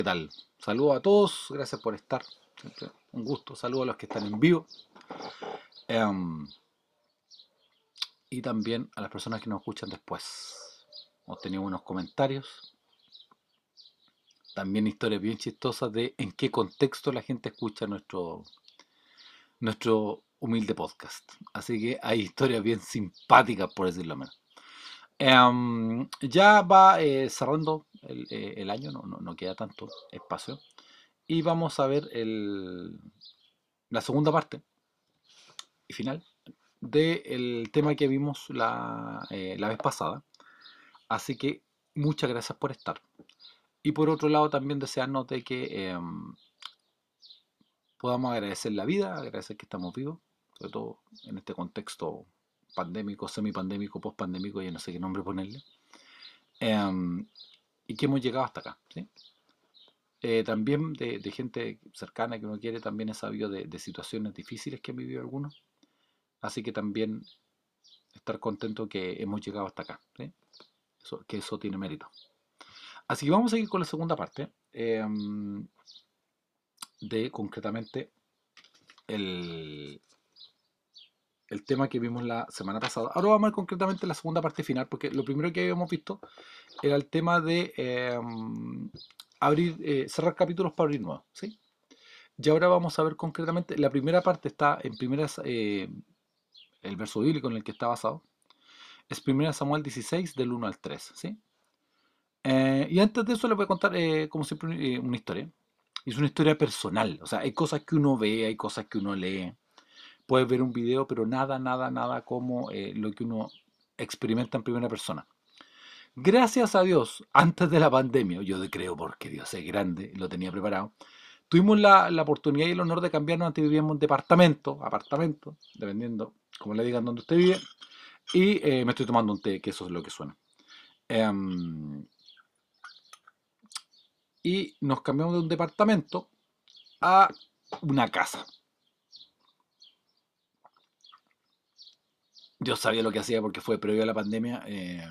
¿Qué tal? Saludos a todos, gracias por estar. Siempre un gusto. Saludos a los que están en vivo. Em, y también a las personas que nos escuchan después. Hemos tenido unos comentarios, también historias bien chistosas de en qué contexto la gente escucha nuestro humilde podcast. Así que hay historias bien simpáticas, por decirlo menos. Ya va cerrando el año, no queda tanto espacio. Y vamos a ver la segunda parte y final del tema que vimos la vez pasada. Así que muchas gracias por estar. Y por otro lado también desearnos de que podamos agradecer la vida, agradecer que estamos vivos, sobre todo en este contexto pandémico, semipandémico, pospandémico, ya no sé qué nombre ponerle, em, y que hemos llegado hasta acá. ¿Sí? También de gente cercana que uno quiere, también he sabido de situaciones difíciles que han vivido algunos, así que también estar contento que hemos llegado hasta acá. ¿Sí? Que eso tiene mérito. Así que vamos a seguir con la segunda parte de concretamente el, el tema que vimos la semana pasada. Ahora vamos a ver concretamente la segunda parte final, porque lo primero que habíamos visto era el tema de cerrar capítulos para abrir nuevos. ¿Sí? Y ahora vamos a ver concretamente, la primera parte está en el verso bíblico en el que está basado, es 1 Samuel 16 del 1 al 3. ¿Sí? Y antes de eso les voy a contar, como siempre, una historia. Es una historia personal. O sea, hay cosas que uno ve, hay cosas que uno lee. Puedes ver un video, pero nada, nada, nada como lo que uno experimenta en primera persona. Gracias a Dios, antes de la pandemia, yo creo porque Dios es grande, lo tenía preparado, tuvimos la oportunidad y el honor de cambiarnos. Antes vivíamos en departamento, apartamento, dependiendo, como le digan, donde usted vive. Y me estoy tomando un té, que eso es lo que suena. Em, y nos cambiamos de un departamento a una casa. Yo sabía lo que hacía porque fue previo a la pandemia,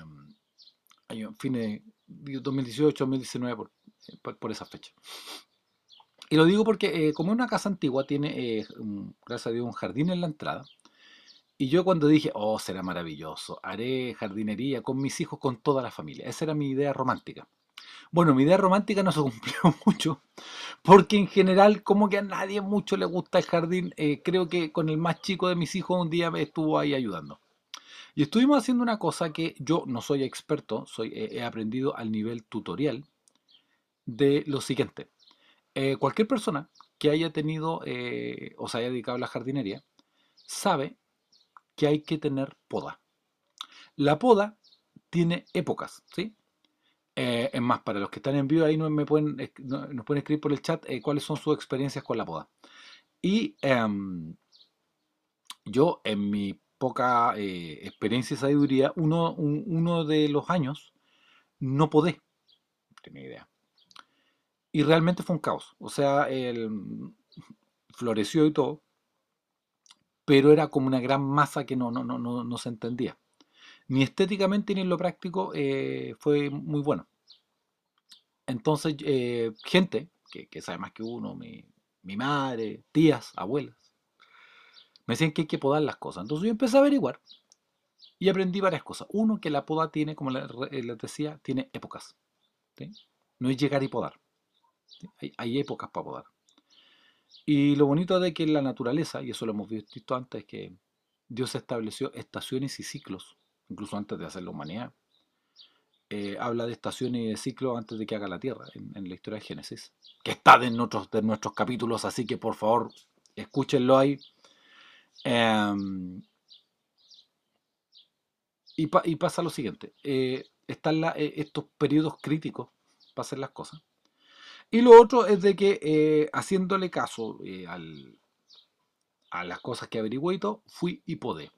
fines de 2018, 2019, por esa fecha. Y lo digo porque como es una casa antigua, tiene, gracias a Dios, un jardín en la entrada. Y yo cuando dije, oh, será maravilloso, haré jardinería con mis hijos, con toda la familia. Esa era mi idea romántica. Bueno, mi idea romántica no se cumplió mucho, porque en general como que a nadie mucho le gusta el jardín. Creo que con el más chico de mis hijos un día me estuvo ahí ayudando. Y estuvimos haciendo una cosa que yo no soy experto, he aprendido al nivel tutorial de lo siguiente. Cualquier persona que haya tenido o se haya dedicado a la jardinería sabe que hay que tener poda. La poda tiene épocas, ¿sí? Es más, para los que están en vivo ahí nos pueden escribir por el chat cuáles son sus experiencias con la poda. Y yo, en mi poca experiencia y sabiduría, uno de los años no podé, no tenía idea. Y realmente fue un caos. O sea, floreció y todo, pero era como una gran masa que no se entendía. Ni estéticamente ni en lo práctico fue muy bueno. Entonces, gente que sabe más que uno, mi madre, tías, abuelas, me decían que hay que podar las cosas. Entonces yo empecé a averiguar y aprendí varias cosas. Uno, que la poda tiene, como les decía, tiene épocas. ¿Sí? No es llegar y podar. ¿Sí? Hay épocas para podar. Y lo bonito de que en la naturaleza, y eso lo hemos visto antes, es que Dios estableció estaciones y ciclos, incluso antes de hacer la humanidad. Habla de estaciones y de ciclos antes de que haga la Tierra, en la historia de Génesis, que está de nuestros capítulos, así que por favor, escúchenlo ahí. Eh, y pasa lo siguiente, están estos periodos críticos para hacer las cosas. Y lo otro es de que haciéndole caso a las cosas que averigüé y todo, fui y podé.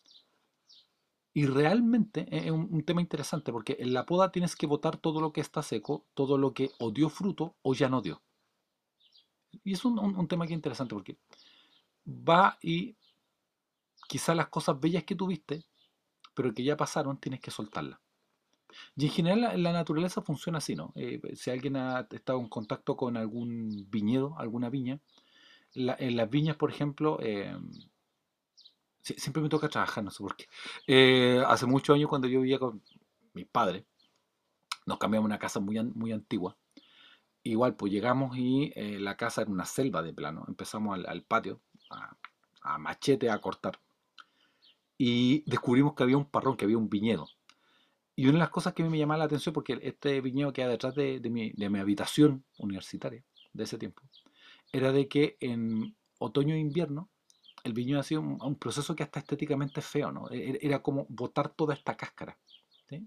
Y realmente es un tema interesante porque en la poda tienes que botar todo lo que está seco, todo lo que o dio fruto o ya no dio. Y es un tema que es interesante porque va y quizás las cosas bellas que tuviste, pero que ya pasaron, tienes que soltarlas. Y en general la naturaleza funciona así, ¿no? Si alguien ha estado en contacto con algún viñedo, alguna viña, en las viñas, por ejemplo, siempre me toca trabajar, no sé por qué. Hace muchos años cuando yo vivía con mis padres, nos cambiamos a una casa muy antigua. Igual, pues llegamos y la casa era una selva de plano. Empezamos al patio a, a machete a cortar. Y descubrimos que había un parrón, que había un viñedo. Y una de las cosas que a mí me llamaba la atención, porque este viñedo queda detrás de mi habitación universitaria de ese tiempo, era de que en otoño e invierno el viñedo hacía un proceso que hasta estéticamente es feo, ¿no? Era como botar toda esta cáscara. ¿Sí?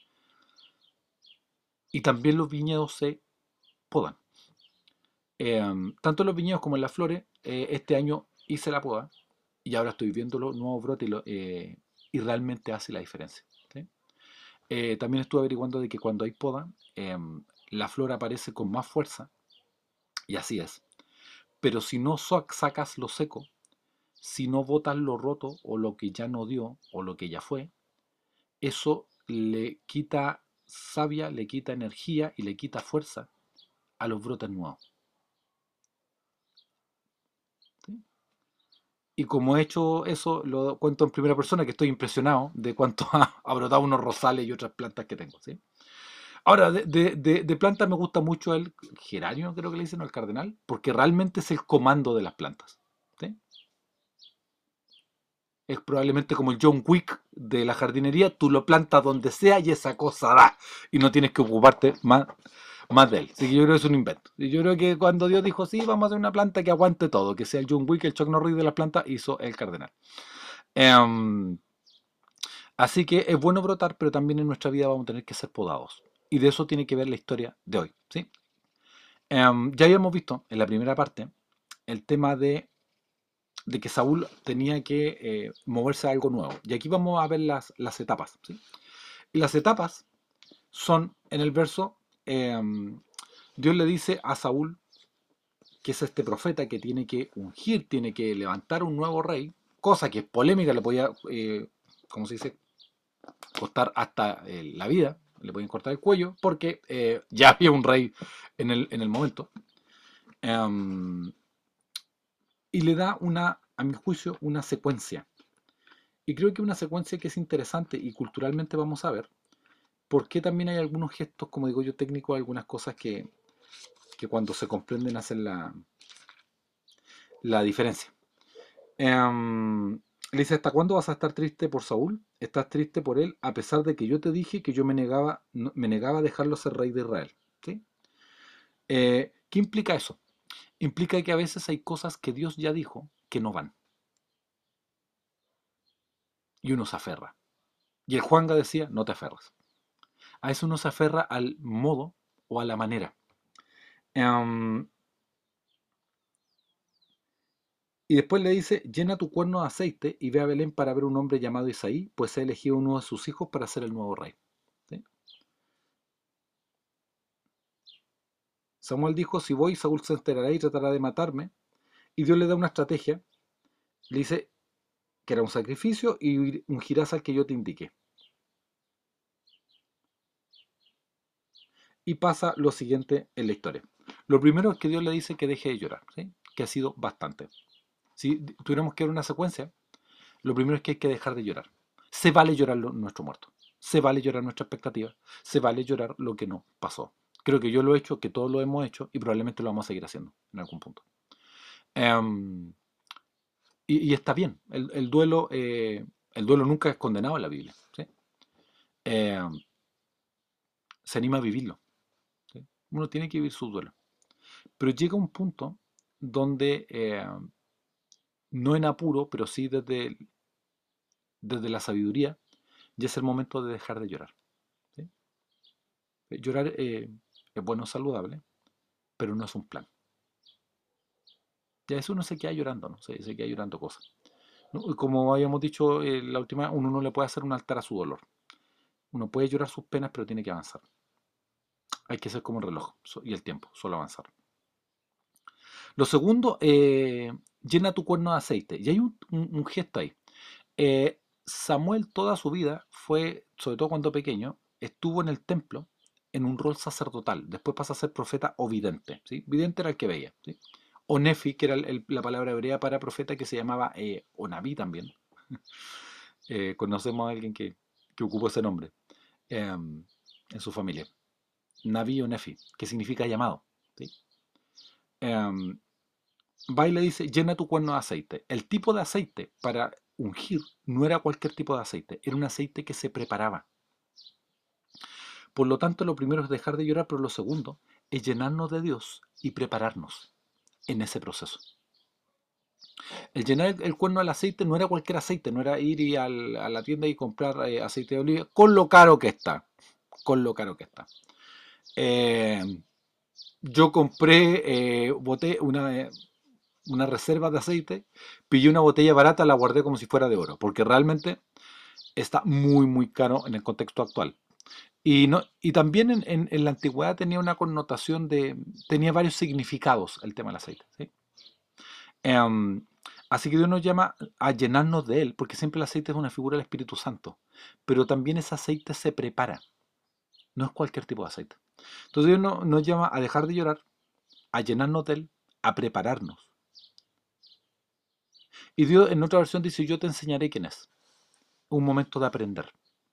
Y también los viñedos se podan. Tanto en los viñedos como en las flores, este año hice la poda y ahora estoy viendo los nuevos brotes y realmente hace la diferencia. ¿Sí? También estuve averiguando de que cuando hay poda, la flor aparece con más fuerza, y así es. Pero si no sacas lo seco, si no botas lo roto o lo que ya no dio o lo que ya fue, eso le quita savia, le quita energía y le quita fuerza a los brotes nuevos. ¿Sí? Y como he hecho eso, lo cuento en primera persona, que estoy impresionado de cuánto ha brotado unos rosales y otras plantas que tengo. ¿Sí? Ahora, de planta me gusta mucho el geranio, creo que le dicen, o el cardenal, porque realmente es el comando de las plantas. ¿Sí? Es probablemente como el John Wick de la jardinería, tú lo plantas donde sea y esa cosa da, y no tienes que ocuparte más de él. Así que yo creo que es un invento. Y yo creo que cuando Dios dijo, sí, vamos a hacer una planta que aguante todo, que sea el John Wick, el Chuck Norris de la planta, hizo el cardenal. Em, Así que es bueno brotar, pero también en nuestra vida vamos a tener que ser podados. Y de eso tiene que ver la historia de hoy. ¿Sí? Ya habíamos visto en la primera parte el tema de que Saúl tenía que moverse a algo nuevo. Y aquí vamos a ver las etapas. ¿Sí? Y las etapas son en el verso, eh, Dios le dice a Saúl, que es este profeta que tiene que ungir, tiene que levantar un nuevo rey, cosa que es polémica, le podía, ¿cómo se dice?, costar hasta la vida, le podían cortar el cuello, porque ya había un rey en el momento. Um, y le da a mi juicio, una secuencia. Y creo que una secuencia que es interesante y culturalmente vamos a ver, porque también hay algunos gestos, como digo yo, técnicos, algunas cosas que cuando se comprenden hacen la diferencia. Le dice, ¿hasta cuándo vas a estar triste por Saúl? Estás triste por él, a pesar de que yo te dije que yo me negaba a dejarlo ser rey de Israel. ¿Sí? ¿Qué implica eso? Implica que a veces hay cosas que Dios ya dijo que no van. Y uno se aferra. Y el Juanga decía, no te aferras. A eso uno se aferra al modo o a la manera. Em, y después le dice, llena tu cuerno de aceite y ve a Belén para ver un hombre llamado Isaí, pues he elegido uno de sus hijos para ser el nuevo rey. ¿Sí? Samuel dijo, si voy, Saúl se enterará y tratará de matarme. Y Dios le da una estrategia. Le dice que era un sacrificio y ungirás al que yo te indique. Y pasa lo siguiente en la historia. Lo primero es que Dios le dice que deje de llorar, ¿sí? Que ha sido bastante. Si tuviéramos que ver una secuencia, lo primero es que hay que dejar de llorar. Se vale llorar nuestro muerto. Se vale llorar nuestra expectativa. Se vale llorar lo que no pasó. Creo que yo lo he hecho, que todos lo hemos hecho y probablemente lo vamos a seguir haciendo en algún punto. Em, y está bien. El duelo nunca es condenado en la Biblia. ¿Sí? Em, Se anima a vivirlo. ¿Sí? Uno tiene que vivir su duelo. Pero llega un punto donde, no en apuro, pero sí desde la sabiduría, ya es el momento de dejar de llorar. ¿Sí? Llorar es bueno, saludable, pero no es un plan. Ya eso uno se queda llorando, ¿no? Se queda llorando cosas. ¿No? Y como habíamos dicho la última, uno no le puede hacer un altar a su dolor. Uno puede llorar sus penas, pero tiene que avanzar. Hay que ser como el reloj y el tiempo, solo avanzar. Lo segundo, llena tu cuerno de aceite. Y hay un gesto ahí. Samuel toda su vida fue, sobre todo cuando pequeño, estuvo en el templo en un rol sacerdotal. Después pasa a ser profeta o vidente. ¿Sí? Vidente era el que veía. ¿Sí? O Nefi, que era la palabra hebrea para profeta, que se llamaba o Naví también. Conocemos a alguien que ocupó ese nombre en su familia. Naví o Nefi, que significa llamado. ¿Sí? Em, Va y le dice, llena tu cuerno de aceite. El tipo de aceite para ungir no era cualquier tipo de aceite, era un aceite que se preparaba. Por lo tanto, lo primero es dejar de llorar, pero lo segundo es llenarnos de Dios y prepararnos en ese proceso. El llenar el cuerno del aceite no era cualquier aceite, no era ir a la tienda y comprar aceite de oliva, con lo caro que está. Con lo caro que está. Eh, yo compré, boté una reserva de aceite, pillé una botella barata, la guardé como si fuera de oro, porque realmente está muy, muy caro en el contexto actual. Y, no, y también en la antigüedad tenía una connotación tenía varios significados el tema del aceite. ¿Sí? Em, Así que Dios nos llama a llenarnos de él, porque siempre el aceite es una figura del Espíritu Santo, pero también ese aceite se prepara, no es cualquier tipo de aceite. Entonces Dios nos llama a dejar de llorar, a llenarnos de él, a prepararnos. Y Dios en otra versión dice, yo te enseñaré quién es. Un momento de aprender.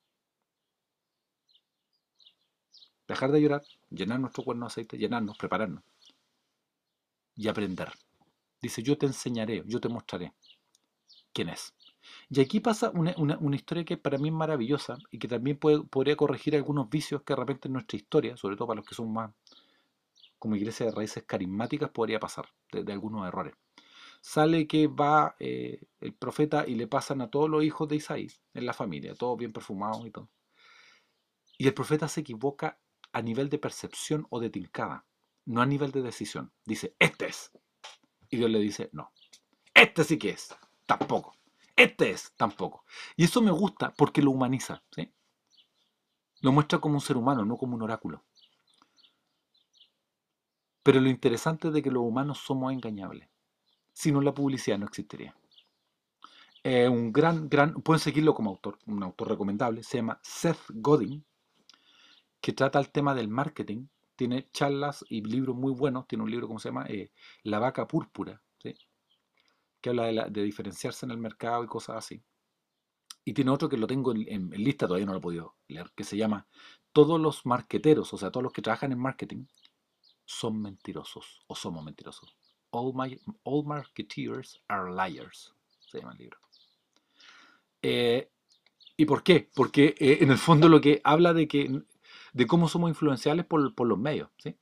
Dejar de llorar, llenar nuestro cuerno de aceite, llenarnos, prepararnos y aprender. Dice, yo te enseñaré, yo te mostraré quién es. Y aquí pasa una historia que para mí es maravillosa y que también podría corregir algunos vicios que de repente en nuestra historia, sobre todo para los que son más como iglesia de raíces carismáticas, podría pasar de algunos errores. Sale que va el profeta y le pasan a todos los hijos de Isaí en la familia, todos bien perfumados y todo. Y el profeta se equivoca a nivel de percepción o de tincada, no a nivel de decisión. Dice, este es. Y Dios le dice, no. Este sí que es. Tampoco. Este es. Tampoco. Y eso me gusta porque lo humaniza. ¿Sí? Lo muestra como un ser humano, no como un oráculo. Pero lo interesante es de que los humanos somos engañables. Si no, la publicidad no existiría. Pueden seguirlo como autor, un autor recomendable, se llama Seth Godin, que trata el tema del marketing. Tiene charlas y libros muy buenos. Tiene un libro, ¿cómo se llama? La vaca púrpura, ¿sí? Que habla de diferenciarse en el mercado y cosas así. Y tiene otro que lo tengo en lista, todavía no lo he podido leer, que se llama Todos los marqueteros, o sea, todos los que trabajan en marketing, son mentirosos o somos mentirosos. All marketeers are liars, se llama el libro. Eh, ¿Y por qué? Porque en el fondo lo que habla de cómo somos influenciables por los medios, ¿sí?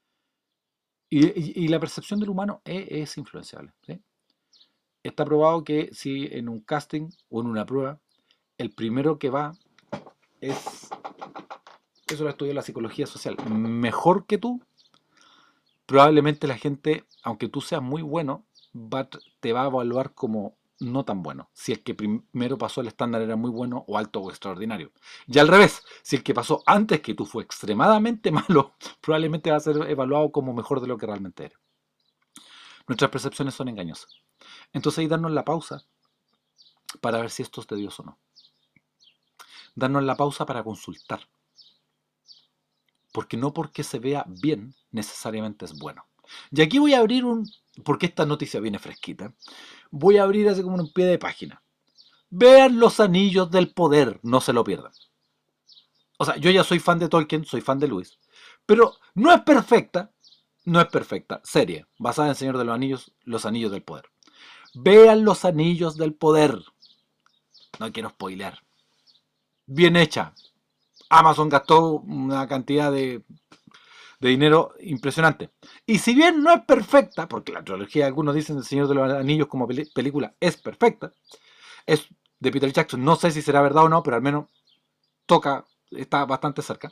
Y la percepción del humano es influenciable, ¿sí? Está probado que si en un casting o en una prueba, el primero que va es, eso lo estudió la psicología social, mejor que tú, probablemente la gente, aunque tú seas muy bueno, te va a evaluar como no tan bueno. Si el que primero pasó el estándar era muy bueno o alto o extraordinario. Y al revés, si el que pasó antes que tú fue extremadamente malo, probablemente va a ser evaluado como mejor de lo que realmente era. Nuestras percepciones son engañosas. Entonces ahí darnos la pausa para ver si esto es de Dios o no. Darnos la pausa para consultar. Porque no porque se vea bien necesariamente es bueno. Y aquí voy a abrir porque esta noticia viene fresquita, voy a abrir así como un pie de página. Vean Los Anillos del Poder, no se lo pierdan. O sea, yo ya soy fan de Tolkien, soy fan de Lewis, pero no es perfecta, no es perfecta, serie, basada en El Señor de los Anillos, Los Anillos del Poder. Vean Los Anillos del Poder. No quiero spoilear. Bien hecha. Amazon gastó una cantidad de dinero impresionante. Y si bien no es perfecta, porque la trilogía, algunos dicen El Señor de los Anillos como película es perfecta, es de Peter Jackson, no sé si será verdad o no, pero al menos está bastante cerca.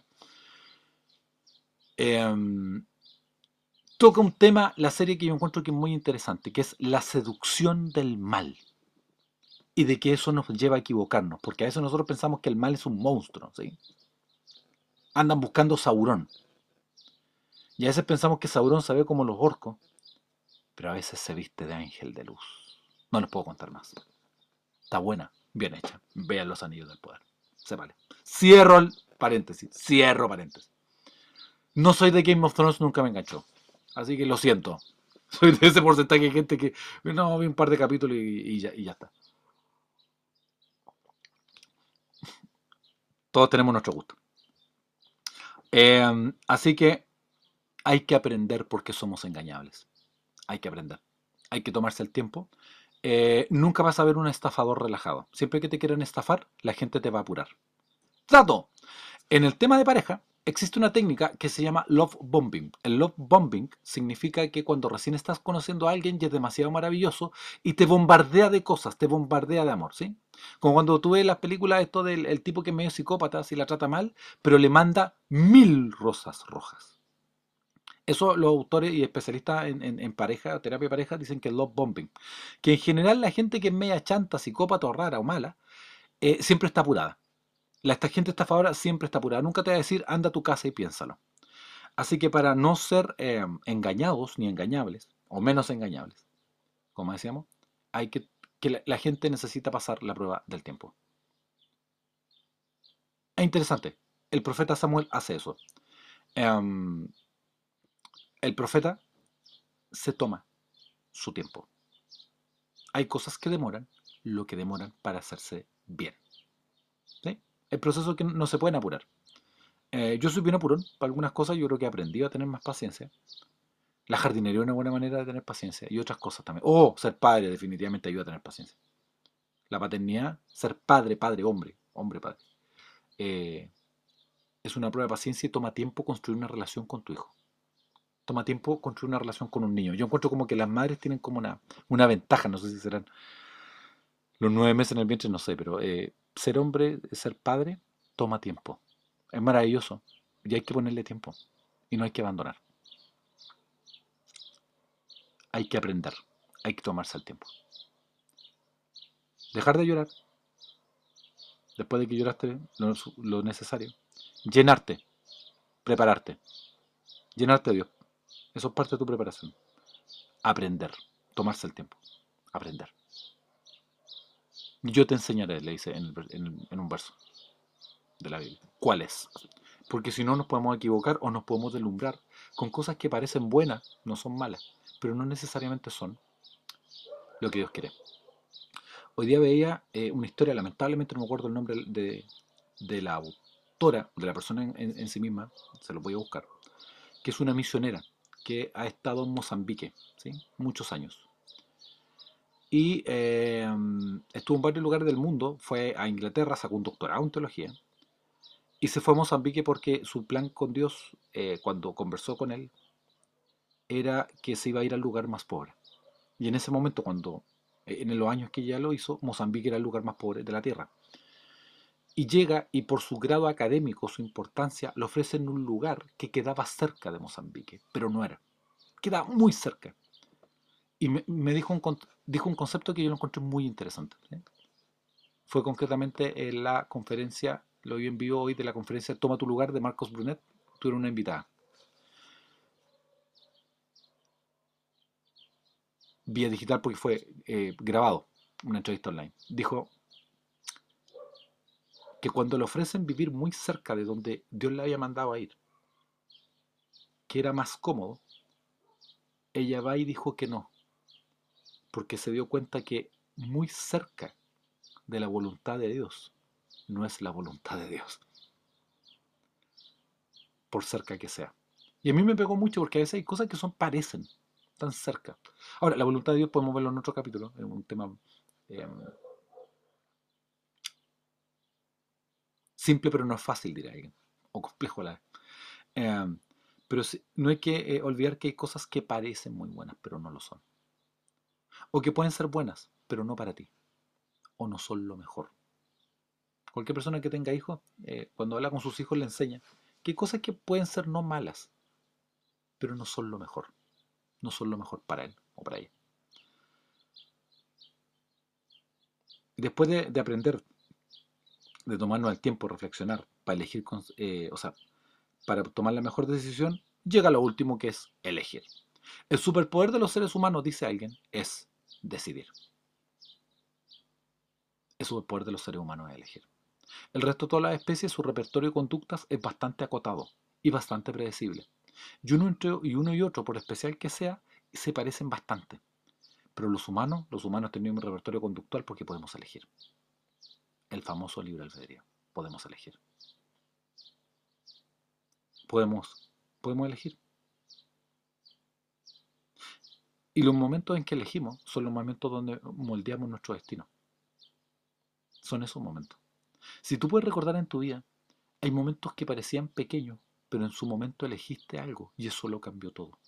Toca un tema, la serie que yo encuentro que es muy interesante, que es la seducción del mal. Y de que eso nos lleva a equivocarnos, porque a veces nosotros pensamos que el mal es un monstruo, ¿sí? Andan buscando Sauron. Y a veces pensamos que Sauron se ve como los orcos, pero a veces se viste de ángel de luz. No les puedo contar más. Está buena, bien hecha. Vean Los Anillos del Poder. Se vale. Cierro Paréntesis, cierro paréntesis. No soy de Game of Thrones, nunca me enganchó. Así que lo siento. Soy de ese porcentaje de gente que no vi un par de capítulos y ya está. Todos tenemos nuestro gusto. Así que hay que aprender por qué somos engañables. Hay que aprender. Hay que tomarse el tiempo. Nunca vas a ver un estafador relajado. Siempre que te quieran estafar, la gente te va a apurar. Trato. En el tema de pareja, existe una técnica que se llama love bombing. El love bombing significa que cuando recién estás conociendo a alguien y es demasiado maravilloso y te bombardea de cosas, te bombardea de amor, ¿sí? Como cuando tú ves las películas esto del el tipo que es medio psicópata, si la trata mal, pero le manda 1000 rosas rojas. Eso los autores y especialistas en pareja, terapia de pareja, dicen que es love bombing. Que en general la gente que es media chanta, psicópata o rara o mala, siempre está apurada. Esta gente estafadora siempre está apurada. Nunca te va a decir, anda a tu casa y piénsalo. Así que para no ser engañados ni engañables, o menos engañables, como decíamos, hay que la gente necesita pasar la prueba del tiempo. Es interesante. El profeta Samuel hace eso. Em, el profeta se toma su tiempo. Hay cosas que demoran lo que demoran para hacerse bien. ¿Sí? El proceso que no se pueden apurar. Yo soy bien apurón para algunas cosas, yo creo que he aprendido a tener más paciencia. La jardinería es una buena manera de tener paciencia y otras cosas también. Ser padre definitivamente ayuda a tener paciencia. La paternidad, ser padre, padre, hombre, hombre, padre, eh, es una prueba de paciencia y toma tiempo construir una relación con tu hijo. Toma tiempo construir una relación con un niño. Yo encuentro como que las madres tienen como una ventaja, no sé si serán los 9 meses en el vientre, no sé, pero ser hombre, ser padre, toma tiempo. Es maravilloso y hay que ponerle tiempo y no hay que abandonar. Hay que aprender, hay que tomarse el tiempo. Dejar de llorar después de que lloraste lo necesario. Llenarte, prepararte, llenarte de Dios. Eso es parte de tu preparación. Aprender, tomarse el tiempo, aprender. Yo te enseñaré, le dice en un verso de la Biblia. ¿Cuál es? Porque si no nos podemos equivocar o nos podemos deslumbrar con cosas que parecen buenas, no son malas, pero no necesariamente son lo que Dios quiere. Hoy día veía una historia, lamentablemente no me acuerdo el nombre de la autora, de la persona en sí misma, se lo voy a buscar, que es una misionera que ha estado en Mozambique, ¿sí? Muchos años. Y estuvo en varios lugares del mundo, fue a Inglaterra, sacó un doctorado en teología, y se fue a Mozambique porque su plan con Dios, cuando conversó con él, era que se iba a ir al lugar más pobre. Y en ese momento, en los años que ya lo hizo, Mozambique era el lugar más pobre de la tierra. Y llega y por su grado académico, su importancia, le ofrecen un lugar que quedaba cerca de Mozambique, pero no era. Queda muy cerca. Y me dijo un concepto que yo lo encontré muy interesante, ¿sí? Fue concretamente en la conferencia, lo vi en vivo hoy, de la conferencia Toma tu lugar de Marcos Brunet, tuvieron una invitada, vía digital porque fue grabado, una entrevista online. Dijo que cuando le ofrecen vivir muy cerca de donde Dios le había mandado a ir, que era más cómodo, ella va y dijo que no, porque se dio cuenta que muy cerca de la voluntad de Dios no es la voluntad de Dios, por cerca que sea. Y a mí me pegó mucho porque a veces hay cosas que parecen tan cerca. Ahora, la voluntad de Dios podemos verlo en otro capítulo, es un tema eh, simple pero no es fácil, dirá alguien, o complejo a la vez. Eh, pero sí, no hay que olvidar que hay cosas que parecen muy buenas, pero no lo son. O que pueden ser buenas, pero no para ti, o no son lo mejor. Cualquier persona que tenga hijos, cuando habla con sus hijos le enseña que hay cosas que pueden ser no malas, pero no son lo mejor. No son lo mejor para él o para ella. Y después de aprender, de tomarnos el tiempo, reflexionar, para elegir, o sea, para tomar la mejor decisión, llega lo último que es elegir. El superpoder de los seres humanos, dice alguien, es decidir. El superpoder de los seres humanos es elegir. El resto de todas las especies, su repertorio de conductas es bastante acotado y bastante predecible. Y uno y otro, por especial que sea, se parecen bastante. Pero los humanos tenemos un repertorio conductual porque podemos elegir. El famoso libre albedrío. Podemos elegir. Podemos elegir. Y los momentos en que elegimos son los momentos donde moldeamos nuestro destino. Son esos momentos. Si tú puedes recordar en tu vida, hay momentos que parecían pequeños, pero en su momento elegiste algo y eso lo cambió todo.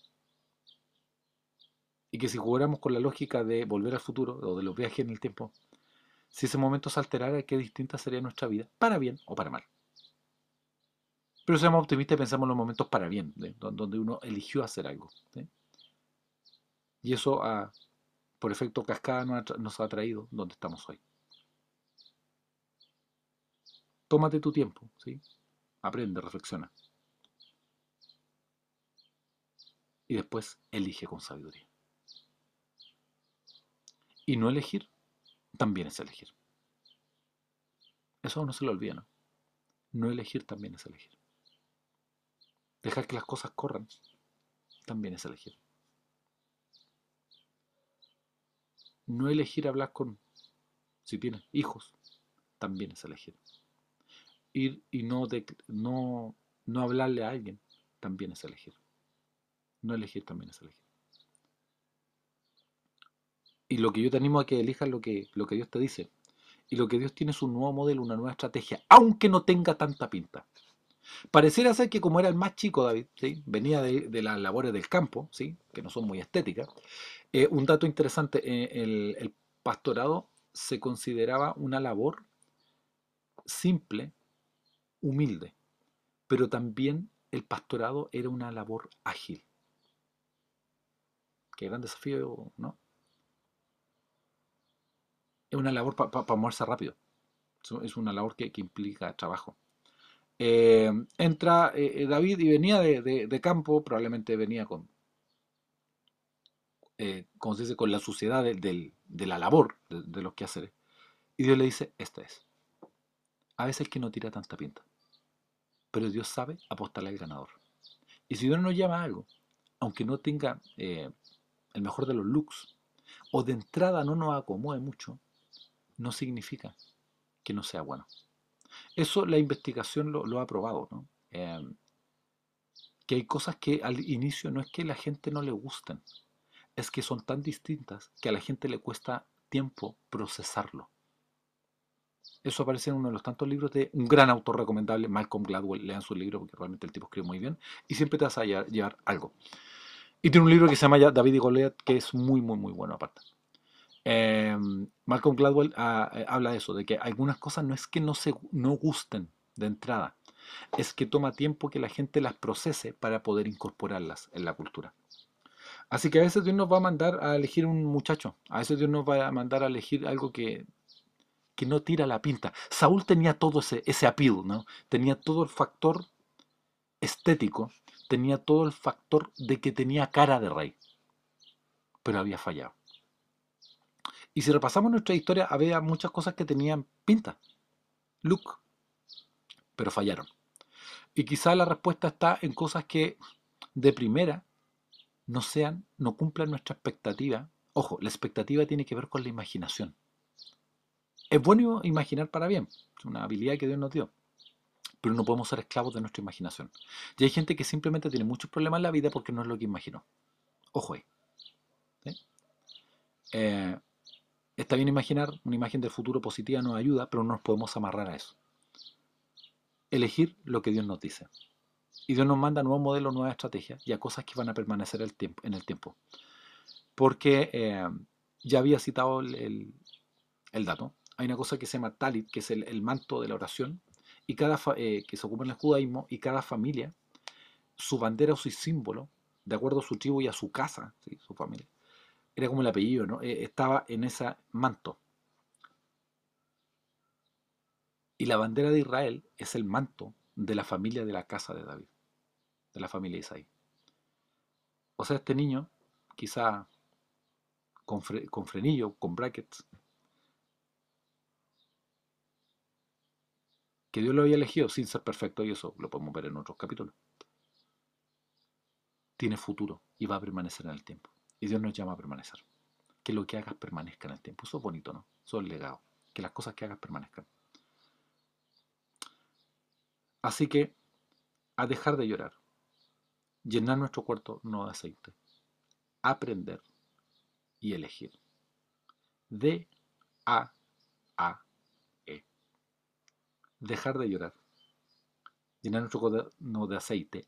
Y que si jugáramos con la lógica de volver al futuro o de los viajes en el tiempo, si ese momento se alterara, qué distinta sería nuestra vida, para bien o para mal. Pero seamos optimistas y pensamos en los momentos para bien, ¿sí? Donde uno eligió hacer algo. ¿Sí? Y eso, por efecto cascada, nos ha traído donde estamos hoy. Tómate tu tiempo, ¿sí? Aprende, reflexiona. Y después elige con sabiduría. Y no elegir también es elegir. Eso no se lo olvida, ¿no? No elegir también es elegir. Dejar que las cosas corran también es elegir. No elegir hablar si tienes hijos, también es elegir. Ir y no hablarle a alguien, también es elegir. No elegir también es elegir. Y lo que yo te animo a que elijas lo que Dios te dice. Y lo que Dios tiene es un nuevo modelo, una nueva estrategia, aunque no tenga tanta pinta. Pareciera ser que como era el más chico David, ¿sí? Venía de las labores del campo, ¿sí? Que no son muy estéticas. Un dato interesante, el pastorado se consideraba una labor simple, humilde, pero también el pastorado era una labor ágil. Qué gran desafío, ¿no? Es una labor para moverse rápido. Es una labor que implica trabajo. Entra David y venía de campo, probablemente venía como se dice, con la suciedad de la labor, de los quehaceres. Y Dios le dice, esta es. A veces el que no tira tanta pinta, pero Dios sabe apostarle al ganador. Y si Dios nos llama a algo, aunque no tenga el mejor de los looks, o de entrada no nos acomode mucho, no significa que no sea bueno. Eso la investigación lo ha probado, ¿no? Que hay cosas que al inicio no es que a la gente no le gusten, es que son tan distintas que a la gente le cuesta tiempo procesarlo. Eso aparece en uno de los tantos libros de un gran autor recomendable, Malcolm Gladwell. Lean su libro porque realmente el tipo escribe muy bien y siempre te vas a llevar algo. Y tiene un libro que se llama David y Goliat que es muy, muy, muy bueno aparte. Malcolm Gladwell habla de eso, de que algunas cosas no es que no gusten de entrada, es que toma tiempo que la gente las procese para poder incorporarlas en la cultura. Así que a veces Dios nos va a mandar a elegir un muchacho, a veces Dios nos va a mandar a elegir algo que no tira la pinta. Saúl tenía todo ese appeal, ¿no? Tenía todo el factor estético, tenía todo el factor de que tenía cara de rey, pero había fallado. Y si repasamos nuestra historia, había muchas cosas que tenían pinta, look, pero fallaron. Y quizá la respuesta está en cosas que de primera no cumplan nuestra expectativa. Ojo, la expectativa tiene que ver con la imaginación. Es bueno imaginar para bien, es una habilidad que Dios nos dio, pero no podemos ser esclavos de nuestra imaginación. Y hay gente que simplemente tiene muchos problemas en la vida porque no es lo que imaginó. Ojo ahí. ¿Sí? Eh, Está bien imaginar, una imagen del futuro positiva nos ayuda, pero no nos podemos amarrar a eso. Elegir lo que Dios nos dice. Y Dios nos manda nuevos modelos, nuevas estrategias y a cosas que van a permanecer en el tiempo. Porque ya había citado el dato. Hay una cosa que se llama talit, que es el manto de la oración, y que se ocupa en el judaísmo, y cada familia, su bandera o su símbolo, de acuerdo a su tribu y a su casa, ¿sí? Su familia, era como el apellido, ¿no? Estaba en ese manto. Y la bandera de Israel es el manto de la familia de la casa de David, de la familia de Isaí. O sea, este niño, quizá con frenillo, con brackets, que Dios lo había elegido sin ser perfecto, y eso lo podemos ver en otros capítulos, tiene futuro y va a permanecer en el tiempo. Y Dios nos llama a permanecer. Que lo que hagas permanezca en el tiempo. Eso es bonito, ¿no? Eso es el legado. Que las cosas que hagas permanezcan. Así que a dejar de llorar, llenar nuestro cuarto no de aceite, aprender y elegir. D-A-A-E. Dejar de llorar, llenar nuestro cuarto no de aceite,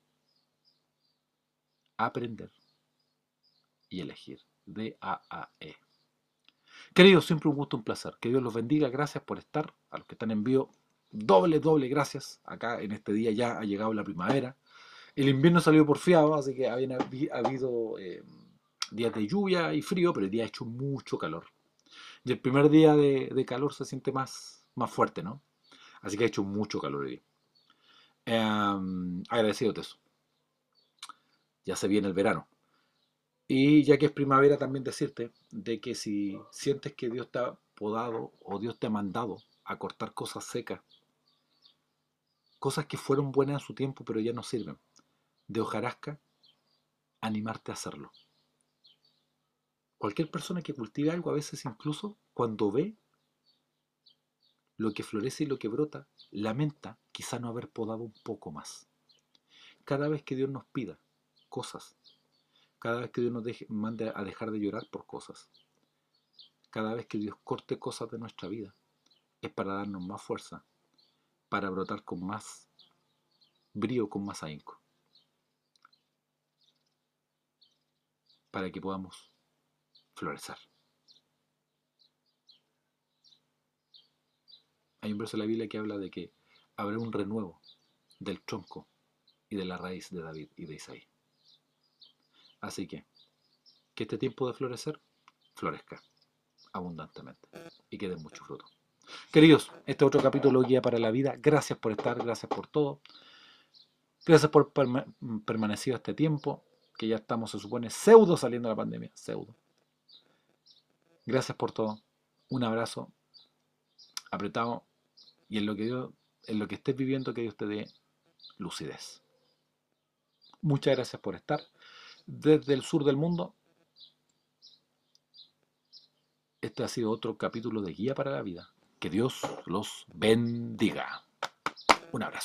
aprender y elegir. D-A-A-E. Queridos, siempre un gusto, un placer. Que Dios los bendiga. Gracias por estar. A los que están en vivo, doble gracias. Acá en este día ya ha llegado la primavera. El invierno salió porfiado, así que habían habido días de lluvia y frío, pero el día ha hecho mucho calor. Y el primer día de calor se siente más fuerte, ¿no? Así que ha hecho mucho calor hoy día. Agradecido de eso. Ya se viene el verano. Y ya que es primavera, también decirte de que si sientes que Dios te ha podado o Dios te ha mandado a cortar cosas secas, cosas que fueron buenas en su tiempo pero ya no sirven, de hojarasca, animarte a hacerlo. Cualquier persona que cultive algo, a veces incluso cuando ve lo que florece y lo que brota, lamenta quizá no haber podado un poco más. Cada vez que Dios nos pida cosas, cada vez que Dios nos mande a dejar de llorar por cosas, cada vez que Dios corte cosas de nuestra vida, es para darnos más fuerza, para brotar con más brío, con más ahínco, para que podamos florecer. Hay un verso de la Biblia que habla de que habrá un renuevo del tronco y de la raíz de David y de Isaí. Así que este tiempo de florecer florezca abundantemente y que dé mucho fruto. Queridos, este otro capítulo Guía para la Vida. Gracias por estar, gracias por todo. Gracias por permanecido este tiempo, que ya estamos, se supone, pseudo saliendo de la pandemia. Pseudo. Gracias por todo. Un abrazo apretado y en lo que estés viviendo, que Dios te dé lucidez. Muchas gracias por estar. Desde el sur del mundo, este ha sido otro capítulo de Guía para la Vida. Que Dios los bendiga. Un abrazo.